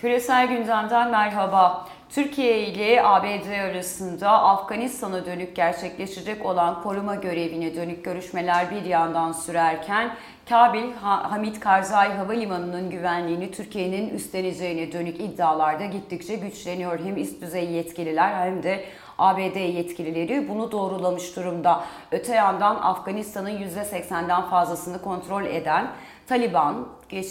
Küresel gündemden merhaba. Türkiye ile ABD arasında Afganistan'a dönük gerçekleşecek olan koruma görevine dönük görüşmeler bir yandan sürerken Kabil Hamid Karzai Havalimanı'nın güvenliğini Türkiye'nin üstleneceğine dönük iddialar da gittikçe güçleniyor. Hem üst düzey yetkililer hem de ABD yetkilileri bunu doğrulamış durumda. Öte yandan Afganistan'ın %80'den fazlasını kontrol eden Taliban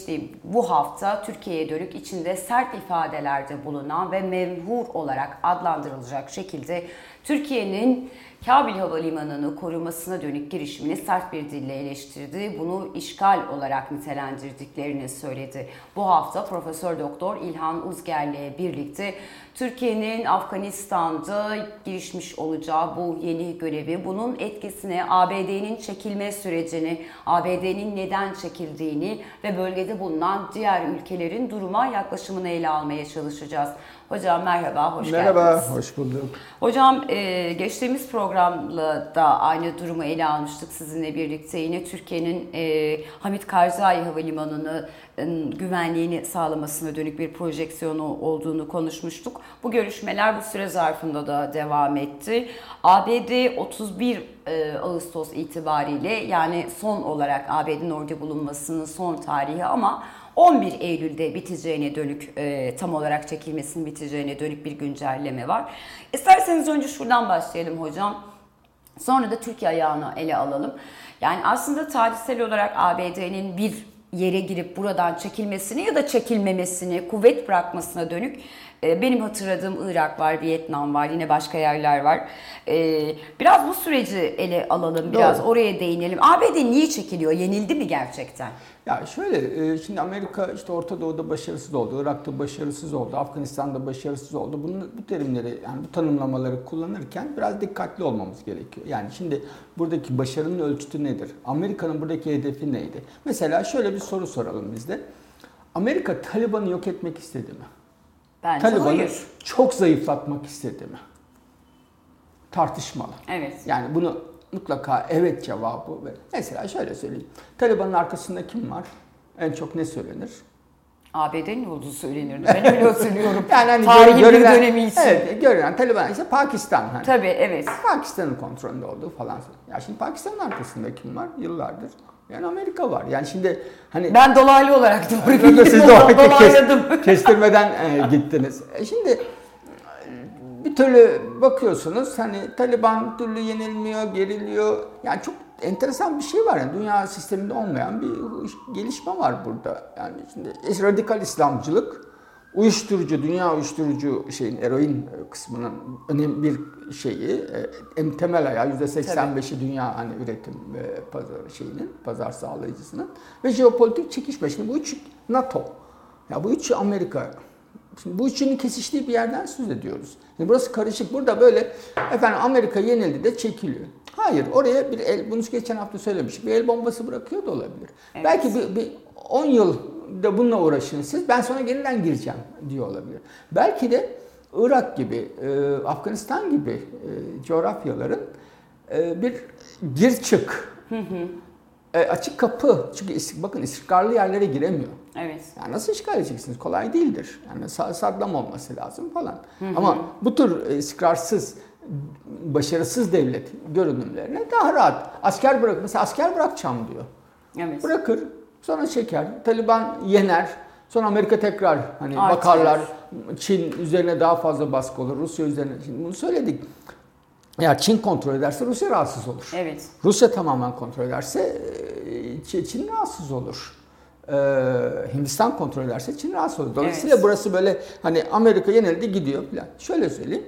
bu hafta Türkiye'ye dönük içinde sert ifadelerde bulunan ve memhur olarak adlandırılacak şekilde Türkiye'nin Kabil Havalimanı'nı korumasına dönük girişimini sert bir dille eleştirdi. Bunu işgal olarak nitelendirdiklerini söyledi. Bu hafta Profesör Doktor İlhan Uzger'le birlikte Türkiye'nin Afganistan'da girişmiş olacağı bu yeni görevi, bunun etkisini, ABD'nin çekilme sürecini, ABD'nin neden çekildiğini ve bölgede bulunan diğer ülkelerin duruma yaklaşımını ele almaya çalışacağız. Hocam merhaba, hoş geldiniz. Merhaba, hoş bulduk. Hocam geçtiğimiz programda da aynı durumu ele almıştık sizinle birlikte. Yine Türkiye'nin Hamid Karzai Havalimanı'nı güvenliğini sağlamasına dönük bir projeksiyonu olduğunu konuşmuştuk. Bu görüşmeler bu süre zarfında da devam etti. ABD 31 Ağustos itibariyle, yani son olarak ABD'nin orada bulunmasının son tarihi ama 11 Eylül'de biteceğine dönük, tam olarak çekilmesinin biteceğine dönük bir güncelleme var. İsterseniz önce şuradan başlayalım hocam. Sonra da Türkiye ayağını ele alalım. Yani aslında tarihsel olarak ABD'nin bir yere girip buradan çekilmesini ya da çekilmemesini, kuvvet bırakmasına dönük benim hatırladığım Irak var, Vietnam var, yine başka yerler var. Biraz bu süreci ele alalım, biraz Doğru. oraya değinelim. ABD niye çekiliyor? Yenildi mi gerçekten? Ya şöyle, şimdi Amerika işte Orta Doğu'da başarısız oldu, Irak'ta başarısız oldu, Afganistan'da başarısız oldu. Bu terimleri, yani bu tanımlamaları kullanırken biraz dikkatli olmamız gerekiyor. Yani şimdi buradaki başarının ölçütü nedir? Amerika'nın buradaki hedefi neydi? Mesela şöyle bir soru soralım biz de. Amerika Taliban'ı yok etmek istedi mi? Bence Taliban'ı hayır. çok zayıflatmak istedi mi? Tartışmalı. Evet. Yani bunu mutlaka evet cevabı ver. Mesela şöyle söyleyeyim. Taliban'ın arkasında kim var? En çok ne söylenir? ABD'nin olduğu söylenirdi. Ben öyle hatırlıyorum. Yani hani Tarihin bir görünen, dönemi için. Evet, görünen Taliban ise Pakistan. Hani. Tabii, evet. Pakistan'ın kontrolünde olduğu falan. Ya şimdi Pakistan'ın arkasında kim var? Yıllardır. Yani Amerika var. Yani şimdi hani... Ben dolaylı olarak doğru bildim. Siz de Dolayladım. kestirmeden gittiniz. Şimdi bir türlü bakıyorsunuz hani Taliban türlü yenilmiyor, geriliyor. Yani çok enteresan bir şey var. Yani dünya sisteminde olmayan bir gelişme var burada. Yani şimdi radikal İslamcılık, uyuşturucu, dünya uyuşturucu eroin kısmının önemli bir şeyi, en temel ayağı %85'i dünya hani üretim pazar sağlayıcısının ve jeopolitik çekişme. Şimdi bu üç NATO, ya bu üç Amerika. Şimdi bu üçünün kesiştiği bir yerden söz ediyoruz. Şimdi burası karışık. Burada böyle Amerika yenildi de çekiliyor. Hayır, oraya bunu geçen hafta söylemiştik. Bir el bombası bırakıyor da olabilir. Evet. Belki bir 10 yıl da bununla uğraşın siz. Ben sonra yeniden gireceğim diyor olabilir. Belki de Irak gibi, Afganistan gibi coğrafyaların bir gir çık, açık kapı. Çünkü bakın istikrarlı yerlere giremiyor. Evet. Yani nasıl işgal edeceksiniz? Kolay değildir. Yani Saddam olması lazım falan. Ama bu tür istikrarsız, başarısız devlet görünümlerine daha rahat. Mesela asker bırakacağım diyor. Evet. Bırakır, sonra çeker. Taliban yener. Sonra Amerika tekrar bakarlar. Çin üzerine daha fazla baskı olur. Rusya üzerine. Şimdi bunu söyledik. Eğer Çin kontrol ederse Rusya rahatsız olur. Evet. Rusya tamamen kontrol ederse Çin rahatsız olur. Hindistan kontrol ederse Çin rahatsız olur. Dolayısıyla evet. Burası böyle hani Amerika yenildi gidiyor falan. Şöyle söyleyeyim.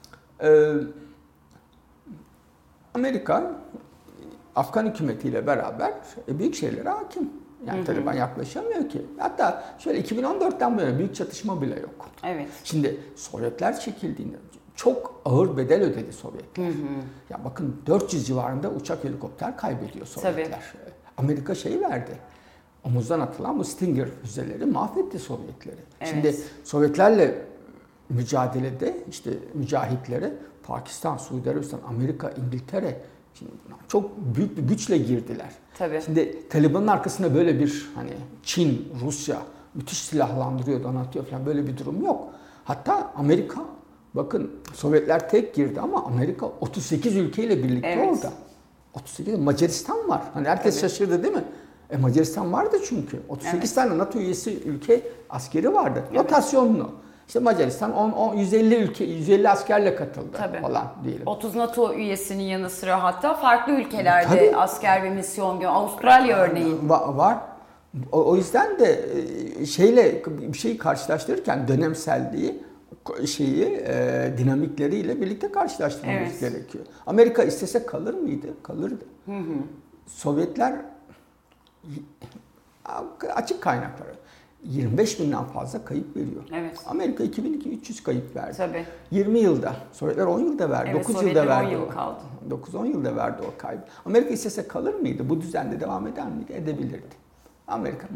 Amerika Afgan hükümetiyle beraber büyük şehirlere hakim. Yani Taliban yaklaşamıyor ki. Hatta şöyle 2014'ten bu yana büyük çatışma bile yok. Evet. Şimdi Sovyetler çekildiğinde çok ağır bedel ödedi Sovyetler. Ya bakın 400 civarında uçak helikopter kaybediyor Sovyetler. Tabii. Amerika verdi. Omuzdan atılan bu Stinger füzeleri mahvetti Sovyetleri. Evet. Şimdi Sovyetlerle mücadelede mücahitlere Pakistan, Suudi Arabistan, Amerika, İngiltere çok büyük bir güçle girdiler. Tabii. Şimdi Taliban'ın arkasında böyle bir Çin, Rusya müthiş silahlandırıyor, donatıyor falan, böyle bir durum yok. Hatta Amerika, bakın Sovyetler tek girdi ama Amerika 38 ülkeyle birlikte orada. 38, Macaristan var. Hani herkes şaşırdı değil mi? Macaristan vardı çünkü. 38 tane NATO üyesi ülke askeri vardı. Rotasyonlu. İşte Macaristan 150 ülke, 150 askerle katıldı falan diyelim. 30 NATO üyesinin yanı sıra hatta farklı ülkelerde asker ve misyon, Avustralya örneğin. Var. O yüzden de bir şeyi karşılaştırırken dönemselliği, dinamikleriyle birlikte karşılaştırmamız gerekiyor. Amerika istese kalır mıydı? Kalırdı. Sovyetler, açık kaynakları, 25 binden fazla kayıp veriyor. Evet. Amerika 300 kayıp verdi. Tabii. 20 yılda. Sovyetler 10 yılda verdi. Evet, 9 yılda verdi. 10 yıl kaldı. 9-10 yılda verdi o kaybı. Amerika istese kalır mıydı? Bu düzende devam eder miydi? Edebilirdi. Amerika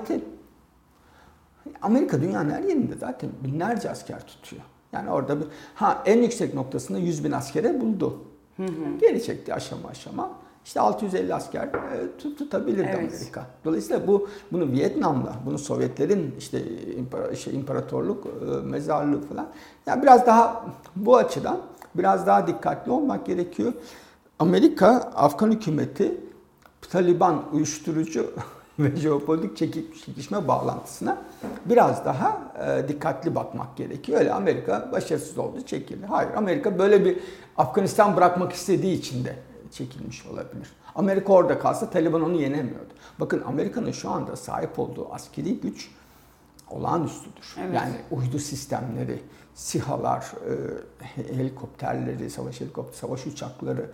Amerika dünyanın her yerinde zaten binlerce asker tutuyor. Yani orada en yüksek noktasında 100 bin askere buldu. Geri çekti aşama aşama. İşte 650 asker tutabilirdi Amerika. Dolayısıyla bunu Vietnam'la, bunu Sovyetlerin imparatorluk, mezarlığı falan. Yani biraz daha bu açıdan biraz daha dikkatli olmak gerekiyor. Amerika, Afgan hükümeti, Taliban, uyuşturucu ve jeopolitik çekişme bağlantısına biraz daha dikkatli bakmak gerekiyor. Öyle Amerika başarısız oldu, çekildi. Hayır, Amerika böyle bir Afganistan bırakmak istediği için de çekilmiş olabilir. Amerika orada kalsa Taliban onu yenemiyordu. Bakın Amerika'nın şu anda sahip olduğu askeri güç olağanüstüdür. Evet. Yani uydu sistemleri, SİHA'lar, helikopterleri, savaş uçakları,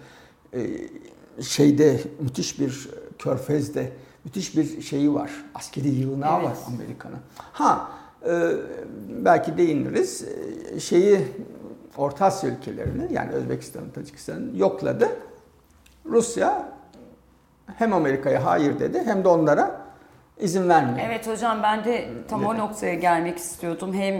müthiş bir Körfez'de müthiş bir şeyi var. Askeri yığınağı var Amerika'nın. Belki değiniriz. Orta Asya ülkelerini, yani Özbekistan'ı, Tacikistan'ı yokladı. Rusya hem Amerika'ya hayır dedi hem de onlara izin vermedi. Evet hocam, ben de tam o noktaya gelmek istiyordum. Hem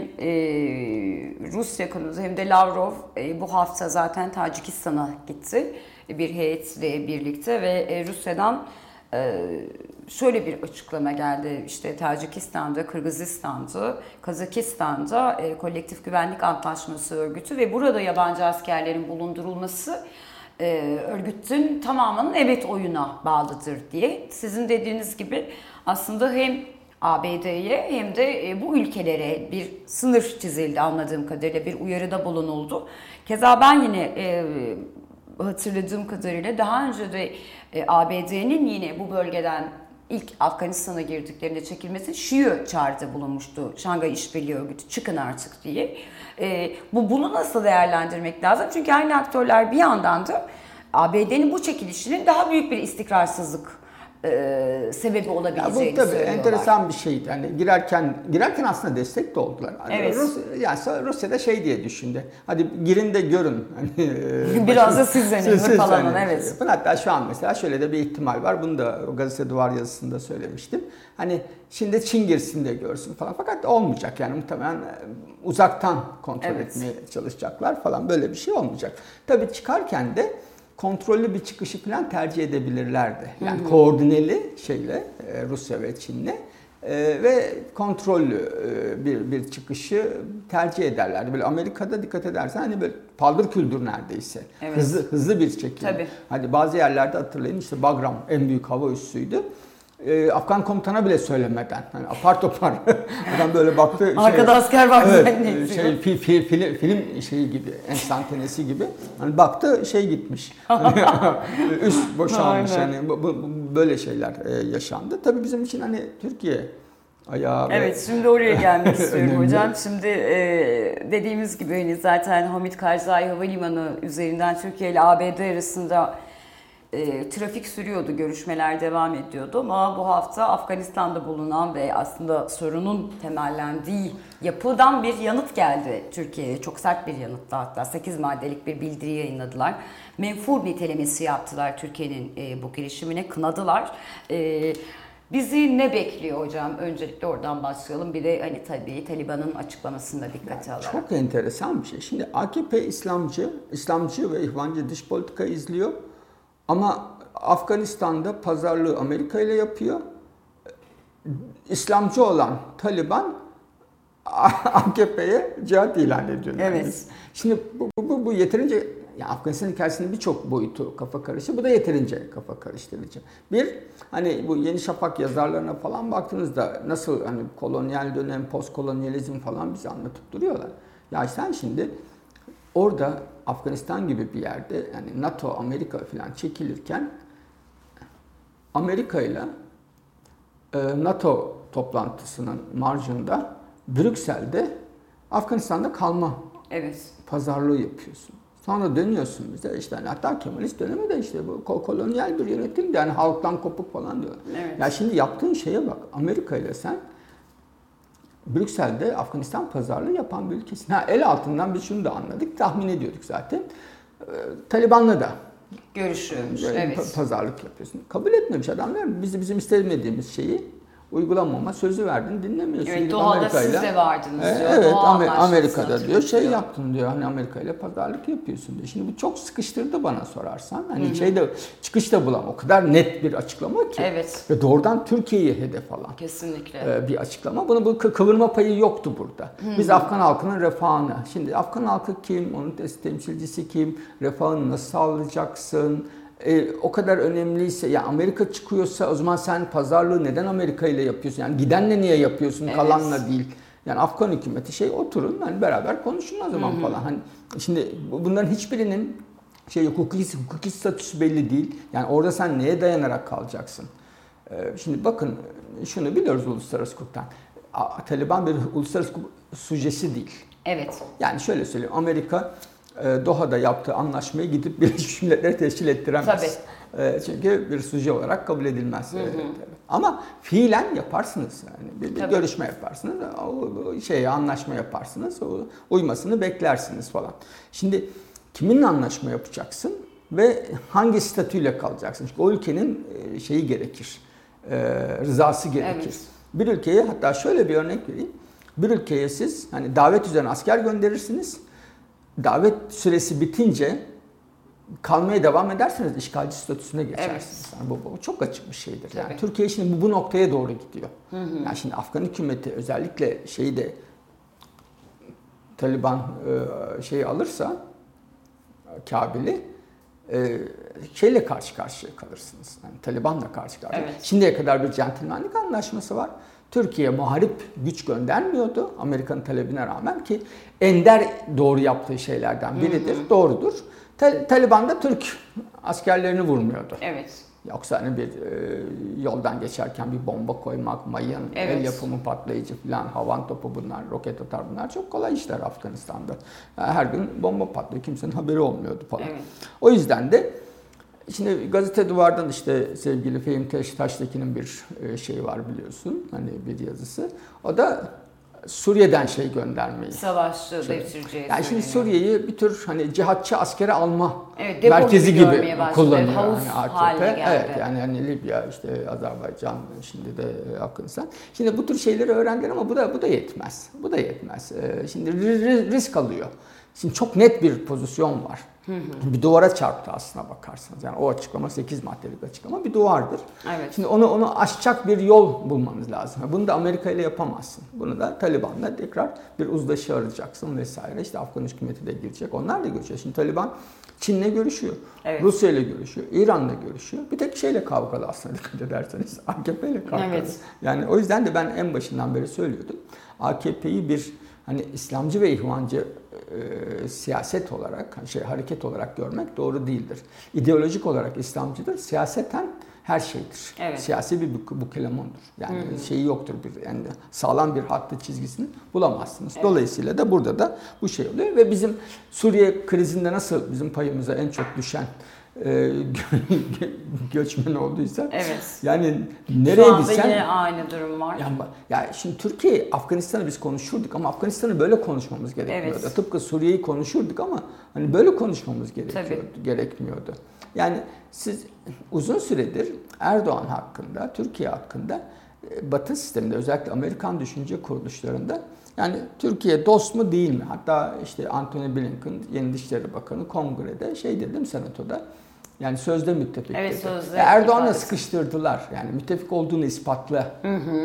Rusya konusu hem de Lavrov bu hafta zaten Tacikistan'a gitti bir heyetle birlikte ve Rusya'dan şöyle bir açıklama geldi. İşte Tacikistan'da, Kırgızistan'da, Kazakistan'da Kolektif Güvenlik Antlaşması örgütü ve burada yabancı askerlerin bulundurulması örgütün tamamının evet oyuna bağlıdır diye. Sizin dediğiniz gibi aslında hem ABD'ye hem de bu ülkelere bir sınır çizildi, anladığım kadarıyla bir uyarıda bulunuldu. Keza ben yine hatırladığım kadarıyla daha önce de ABD'nin yine bu bölgeden ilk Afganistan'a girdiklerinde çekilmesi Şiyo çağrıda bulunmuştu. Şangay İşbirliği Örgütü, çıkın artık diye. Bunu nasıl değerlendirmek lazım? Çünkü aynı aktörler bir yandan da ABD'nin bu çekilişinin daha büyük bir istikrarsızlık sebebi olabileceğini bu tabii söylüyorlar. Enteresan bir şeydi. Yani girerken aslında destek de oldular. Evet. Rusya'da diye düşündü. Hadi girin de görün. Biraz da siz hırpalanın. Evet. Hatta şu an mesela şöyle de bir ihtimal var. Bunu da o gazete duvar yazısında söylemiştim. Hani şimdi Çin girsin de görsün falan. Fakat olmayacak yani, muhtemelen uzaktan kontrol etmeye çalışacaklar falan. Böyle bir şey olmayacak. Tabii çıkarken de kontrollü bir çıkışı falan tercih edebilirlerdi. Yani koordineli Rusya ve Çin'le ve kontrollü bir çıkışı tercih ederlerdi. Böyle Amerika'da dikkat edersen hani böyle paldır küldür neredeyse. Evet. Hızlı bir çekim. Tabii. Hani bazı yerlerde hatırlayın, işte Bagram en büyük hava üssüydü. Afgan komutana bile söylemeden, hani apar topar adam böyle baktı. Arkada asker var film gibi, enstantanesi gibi. Hani baktı gitmiş. Üst boşalmış. Yani böyle şeyler yaşandı. Tabii bizim için hani Türkiye ayağı. Evet, şimdi oraya gelmek istiyorum hocam. Şimdi dediğimiz gibi hani zaten Hamid Karzai Havalimanı üzerinden Türkiye ile ABD arasında trafik sürüyordu, görüşmeler devam ediyordu ama bu hafta Afganistan'da bulunan ve aslında sorunun temellendiği yapıdan bir yanıt geldi Türkiye'ye. Çok sert bir yanıttı hatta. 8 maddelik bir bildiri yayınladılar. Menfur nitelemesi yaptılar Türkiye'nin bu girişimine, kınadılar. Bizi ne bekliyor hocam? Öncelikle oradan başlayalım. Bir de hani tabii Taliban'ın açıklamasını da dikkate alarak. Çok enteresan bir şey. Şimdi AKP İslamcı ve ihvancı dış politika izliyor. Ama Afganistan'da pazarlığı Amerika ile yapıyor. İslamcı olan Taliban AKP'ye cihat ilan ediyor. Evet. Şimdi bu yeterince, yani Afganistan hikayesinin birçok boyutu kafa karıştı. Bu da yeterince kafa karıştırıcı. Bir, hani bu Yeni Şafak yazarlarına falan baktığınızda nasıl hani kolonyal dönem, postkolonyalizm falan bize anlatıp duruyorlar. Ya sen şimdi orada Afganistan gibi bir yerde yani NATO, Amerika falan çekilirken Amerika ile NATO toplantısının marjında Brüksel'de Afganistan'da kalma pazarlığı yapıyorsun. Sonra dönüyorsun bize işte hani hatta Kemalist dönemi de işte bu kolonyal bir yönetim yani halktan kopuk falan diyor. Evet. Ya şimdi yaptığın şeye bak. Amerika ile sen Brüksel'de Afganistan pazarlığı yapan bir ülkesin. El altından biz şunu da anladık. Tahmin ediyorduk zaten. Taliban'la da görüşüyormuş. Evet. Pazarlık yapıyorsun. Kabul etmemiş adamlar. Bizim istemediğimiz şeyi uygulamama sözü verdin, dinlemiyorsun. Evet, Doğa'da siz de vardınız diyor. Evet, Doğa Amerika'da diyor şey yaptın diyor. Hani Amerika ile pazarlık yapıyorsun diyor. Şimdi bu çok sıkıştırdı bana sorarsan. Hani çıkış da bulam. O kadar net bir açıklama ki. Evet. Ve doğrudan Türkiye'yi hedef alan. Kesinlikle. Bir açıklama. Bu kıvırma payı yoktu burada. Biz Afgan halkının refahını. Şimdi Afgan halkı kim? Onun temsilcisi kim? Refahını nasıl sağlayacaksın? O kadar önemliyse ya Amerika çıkıyorsa o zaman sen pazarlığı neden Amerika ile yapıyorsun? Yani gidenle niye yapıyorsun? Evet. Kalanla değil. Yani Afgan hükümeti oturun hani beraber konuşun o zaman falan. Hani şimdi bunların hiçbirinin hukuki statüsü belli değil. Yani orada sen neye dayanarak kalacaksın? Şimdi bakın şunu biliyoruz uluslararası hukuktan. Taliban bir uluslararası hukuk sujesi değil. Evet. Yani şöyle söyleyeyim. Amerika Doha'da yaptığı anlaşmayı gidip Birleşmiş Milletler'e teşkil ettiremez. Tabii. Çünkü bir suje olarak kabul edilmez. Ama fiilen yaparsınız. Yani bir görüşme yaparsınız. Anlaşma yaparsınız. Uymasını beklersiniz falan. Şimdi kiminle anlaşma yapacaksın ve hangi statüyle kalacaksın? Çünkü o ülkenin şeyi gerekir. Rızası gerekir. Evet. Bir ülkeye hatta şöyle bir örnek vereyim. Bir ülkeye siz hani davet üzerine asker gönderirsiniz. Davet süresi bitince kalmaya devam ederseniz işgalci statüsüne geçersiniz. Evet. Yani bu çok açık bir şeydir. Yani Türkiye şimdi bu noktaya doğru gidiyor. Yani şimdi Afgan hükümeti özellikle Taliban alırsa Kabil'i şeyle karşı karşıya kalırsınız. Yani Taliban'la karşı karşıya. Evet. Şimdiye kadar bir centilmenlik anlaşması var. Türkiye muharip güç göndermiyordu Amerika'nın talebine rağmen ki ender doğru yaptığı şeylerden biridir. Doğrudur. Taliban da Türk askerlerini vurmuyordu. Evet. Yoksa hani bir yoldan geçerken bir bomba koymak, mayın, el yapımı patlayıcı falan, havan topu bunlar, roket atar bunlar çok kolay işler Afganistan'da. Yani her gün bomba patlıyor, kimsenin haberi olmuyordu falan. Evet. O yüzden de şimdi gazete duvardan sevgili Fehim Taştekin'in bir şeyi var biliyorsun. Hani bir yazısı. O da Suriye'den göndermeyi. Savaşçı devşiriciye. Yani şimdi Suriye'yi bir tür hani cihatçı askere alma merkezi gibi kullanıyor. Havuz haline geldi. Evet yani hani Libya, Azerbaycan, şimdi de Afganistan. Şimdi bu tür şeyleri öğrendiler ama bu da yetmez. Bu da yetmez. Şimdi risk alıyor. Şimdi çok net bir pozisyon var. Bir duvara çarptı aslına bakarsanız. Yani o açıklama 8 maddelik açıklama bir duvardır. Evet. Şimdi onu aşacak bir yol bulmanız lazım. Bunu da Amerika ile yapamazsın. Bunu da Taliban'la tekrar bir uzlaşı arayacaksın vesaire. Afgan hükümeti de girecek. Onlar da görüşüyor. Şimdi Taliban Çin'le görüşüyor. Evet. Rusya ile görüşüyor. İran'la görüşüyor. Bir tek şeyle kavgalı aslında dikkat ederseniz. AKP ile kavgalı. Evet. Yani o yüzden de ben en başından beri söylüyordum. AKP'yi bir hani İslamcı ve ihvancı siyaset olarak, hareket olarak görmek doğru değildir. İdeolojik olarak İslamcıdır, siyaseten her şeydir. Evet. Siyasi bir bukelemondur. Yani şeyi yoktur, yani sağlam bir hattı çizgisini bulamazsınız. Evet. Dolayısıyla da burada da bu şey oluyor ve bizim Suriye krizinde nasıl bizim payımıza en çok düşen göçmen olduysa yani nereye gitsen şu anda yine aynı durum var. Yani şimdi Türkiye, Afganistan'ı biz konuşurduk ama Afganistan'ı böyle konuşmamız gerekmiyordu. Evet. Tıpkı Suriye'yi konuşurduk ama hani böyle konuşmamız gerekmiyordu. Yani siz uzun süredir Erdoğan hakkında, Türkiye hakkında Batı sisteminde özellikle Amerikan düşünce kuruluşlarında yani Türkiye dost mu değil mi? Hatta Antony Blinken, Yeni Dışişleri Bakanı kongrede dedim senatoda yani sözde müttefik dedi. Sözde Erdoğan'la sıkıştırdılar. Yani müttefik olduğunu ispatla.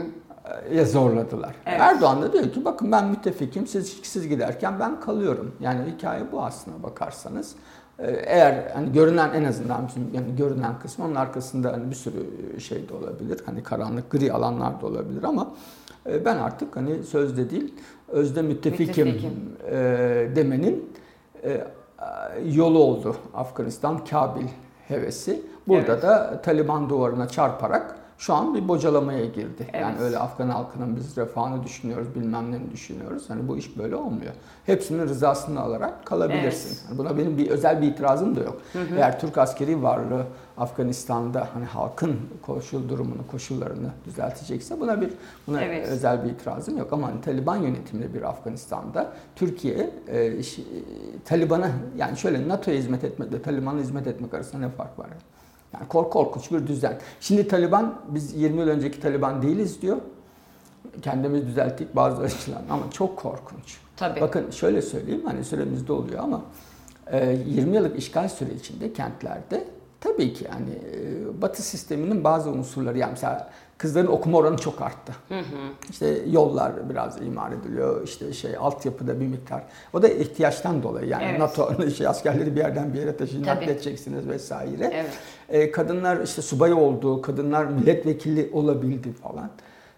zorladılar. Evet. Erdoğan da diyor ki bakın ben müttefikim, siz giderken ben kalıyorum. Yani hikaye bu aslına bakarsanız. Eğer hani görünen, en azından bizim yani görünen kısmı, onun arkasında hani bir sürü şey de olabilir. Hani karanlık, gri alanlar da olabilir ama ben artık hani sözde değil, özde müttefikim. Demenin yolu oldu Afganistan, Kabil hevesi. Burada Evet. da Taliban duvarına çarparak şu an bir bocalamaya girdi. Evet. Yani öyle Afgan halkının biz refahını düşünüyoruz, bilmem ne düşünüyoruz. Hani bu iş böyle olmuyor. Hepsinin rızasını alarak kalabilirsin. Evet. Yani buna benim bir özel bir itirazım da yok. Eğer Türk askeri varlığı Afganistan'da hani halkın koşullarını düzeltecekse buna Evet. özel bir itirazım yok. Ama hani Taliban yönetimli bir Afganistan'da Türkiye Taliban'a, yani şöyle, NATO'ya hizmet etmekle Taliban'a hizmet etmek arasında ne fark var? Yani korkunç bir düzen. Şimdi Taliban, biz 20 yıl önceki Taliban değiliz diyor. Kendimiz düzelttik bazı açılardan ama çok korkunç. Tabii. Bakın şöyle söyleyeyim, hani süremizde oluyor ama 20 yıllık işgal sürecinde kentlerde tabii ki hani Batı sisteminin bazı unsurları, yani mesela kızların okuma oranı çok arttı. İşte yollar biraz imar ediliyor, işte altyapıda bir miktar. O da ihtiyaçtan dolayı, yani Evet. NATO askerleri bir yerden bir yere taşıyın, Tabii. nakledeceksiniz vesaire. Evet. Kadınlar işte subay oldu, kadınlar milletvekili olabildi falan.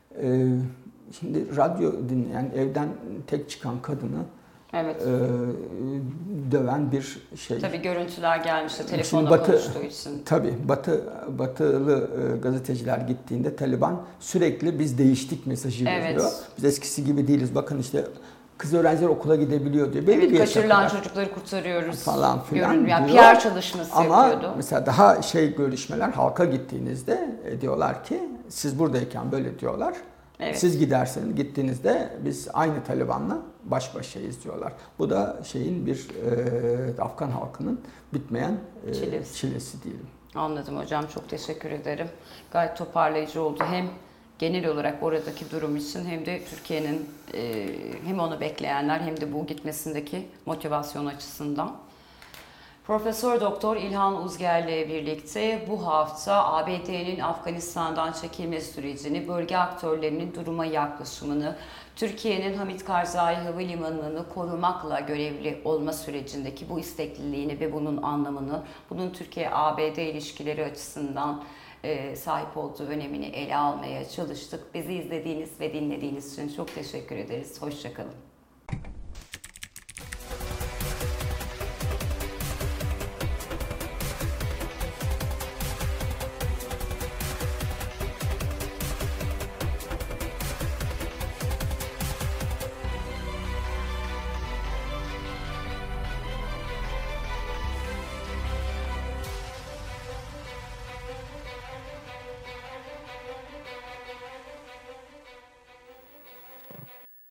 Şimdi radyo dinleyen, evden tek çıkan kadını Evet. döven bir şey. Tabii görüntüler gelmişti telefonla konuştuğu için. Tabii batılı gazeteciler gittiğinde Taliban sürekli biz değiştik mesajı veriyor. Evet. Biz eskisi gibi değiliz. Bakın işte kız öğrenciler okula gidebiliyor diyor. Belli Evet, bir yaşa kaçırılan kadar çocukları kurtarıyoruz falan filan yani diyor. PR çalışması ama yapıyordu. mesela daha görüşmeler, halka gittiğinizde diyorlar ki siz buradayken böyle diyorlar. Evet. Siz gittiğinizde biz aynı Taliban'la baş başayız diyorlar. Bu da bir Afgan halkının bitmeyen çilesi diyelim. Anladım hocam, çok teşekkür ederim. Gayet toparlayıcı oldu. Hem genel olarak oradaki durum için hem de Türkiye'nin hem onu bekleyenler hem de bu gitmesindeki motivasyon açısından. Profesör Doktor İlhan Uzger ile birlikte bu hafta ABD'nin Afganistan'dan çekilme sürecini, bölge aktörlerinin duruma yaklaşımını, Türkiye'nin Hamid Karzai Havalimanı'nı korumakla görevli olma sürecindeki bu istekliliğini ve bunun anlamını, bunun Türkiye-ABD ilişkileri açısından sahip olduğu önemini ele almaya çalıştık. Bizi izlediğiniz ve dinlediğiniz için çok teşekkür ederiz. Hoşça kalın.